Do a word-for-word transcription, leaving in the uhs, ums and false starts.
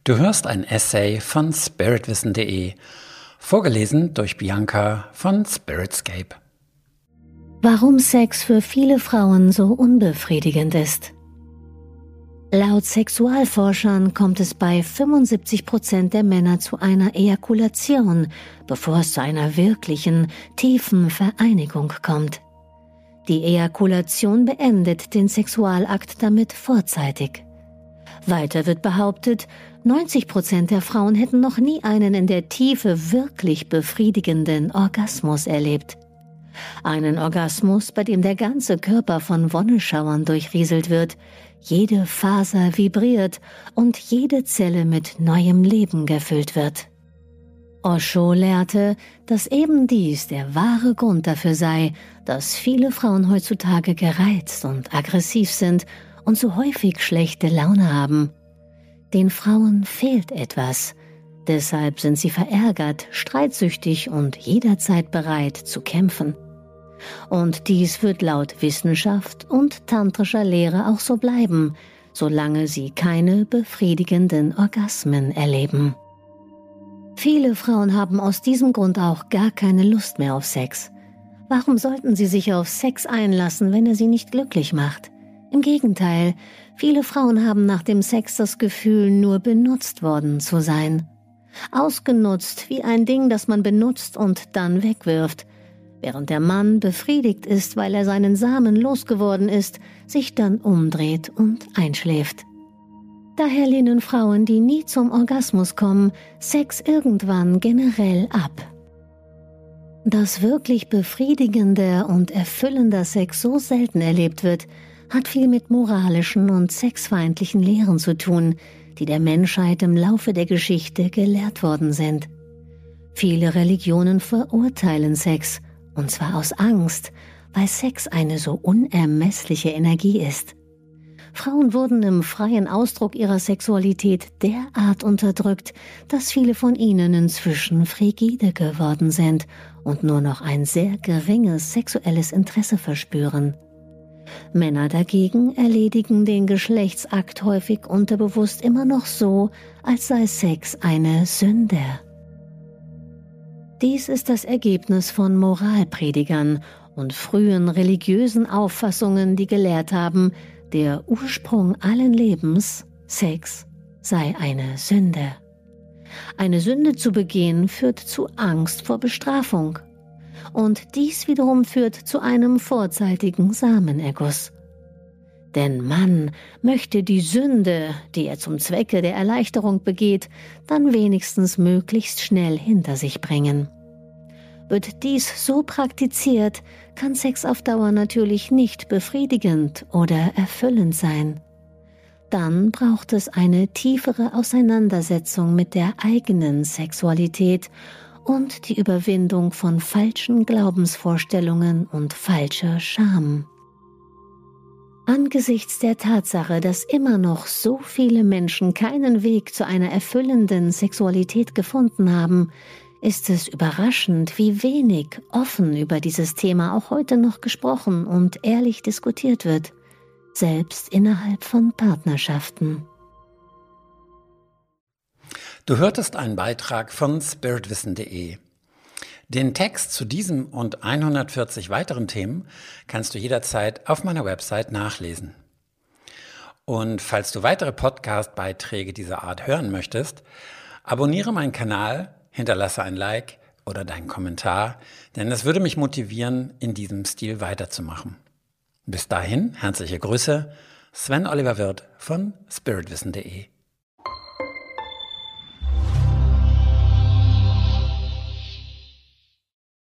Du hörst ein Essay von spiritwissen punkt de, vorgelesen durch Bianca von Spiritscape. Warum Sex für viele Frauen so unbefriedigend ist. Laut Sexualforschern kommt es bei fünfundsiebzig Prozent der Männer zu einer Ejakulation, bevor es zu einer wirklichen, tiefen Vereinigung kommt. Die Ejakulation beendet den Sexualakt damit vorzeitig. Weiter wird behauptet, neunzig Prozent der Frauen hätten noch nie einen in der Tiefe wirklich befriedigenden Orgasmus erlebt. Einen Orgasmus, bei dem der ganze Körper von Wonneschauern durchrieselt wird, jede Faser vibriert und jede Zelle mit neuem Leben gefüllt wird. Osho lehrte, dass eben dies der wahre Grund dafür sei, dass viele Frauen heutzutage gereizt und aggressiv sind und so häufig schlechte Laune haben. Den Frauen fehlt etwas, deshalb sind sie verärgert, streitsüchtig und jederzeit bereit zu kämpfen. Und dies wird laut Wissenschaft und tantrischer Lehre auch so bleiben, solange sie keine befriedigenden Orgasmen erleben. Viele Frauen haben aus diesem Grund auch gar keine Lust mehr auf Sex. Warum sollten sie sich auf Sex einlassen, wenn er sie nicht glücklich macht? Im Gegenteil, viele Frauen haben nach dem Sex das Gefühl, nur benutzt worden zu sein. Ausgenutzt wie ein Ding, das man benutzt und dann wegwirft, während der Mann befriedigt ist, weil er seinen Samen losgeworden ist, sich dann umdreht und einschläft. Daher lehnen Frauen, die nie zum Orgasmus kommen, Sex irgendwann generell ab. Dass wirklich befriedigender und erfüllender Sex so selten erlebt wird, hat viel mit moralischen und sexfeindlichen Lehren zu tun, die der Menschheit im Laufe der Geschichte gelehrt worden sind. Viele Religionen verurteilen Sex, und zwar aus Angst, weil Sex eine so unermessliche Energie ist. Frauen wurden im freien Ausdruck ihrer Sexualität derart unterdrückt, dass viele von ihnen inzwischen frigide geworden sind und nur noch ein sehr geringes sexuelles Interesse verspüren. Männer dagegen erledigen den Geschlechtsakt häufig unterbewusst immer noch so, als sei Sex eine Sünde. Dies ist das Ergebnis von Moralpredigern und frühen religiösen Auffassungen, die gelehrt haben, der Ursprung allen Lebens, Sex, sei eine Sünde. Eine Sünde zu begehen führt zu Angst vor Bestrafung. Und dies wiederum führt zu einem vorzeitigen Samenerguss. Denn Mann möchte die Sünde, die er zum Zwecke der Erleichterung begeht, dann wenigstens möglichst schnell hinter sich bringen. Wird dies so praktiziert, kann Sex auf Dauer natürlich nicht befriedigend oder erfüllend sein. Dann braucht es eine tiefere Auseinandersetzung mit der eigenen Sexualität und die Überwindung von falschen Glaubensvorstellungen und falscher Scham. Angesichts der Tatsache, dass immer noch so viele Menschen keinen Weg zu einer erfüllenden Sexualität gefunden haben, ist es überraschend, wie wenig offen über dieses Thema auch heute noch gesprochen und ehrlich diskutiert wird, selbst innerhalb von Partnerschaften. Du hörtest einen Beitrag von spiritwissen punkt de. Den Text zu diesem und hundertvierzig weiteren Themen kannst du jederzeit auf meiner Website nachlesen. Und falls du weitere Podcast-Beiträge dieser Art hören möchtest, abonniere meinen Kanal, hinterlasse ein Like oder deinen Kommentar, denn es würde mich motivieren, in diesem Stil weiterzumachen. Bis dahin, herzliche Grüße, Sven Oliver Wirth von spiritwissen punkt de.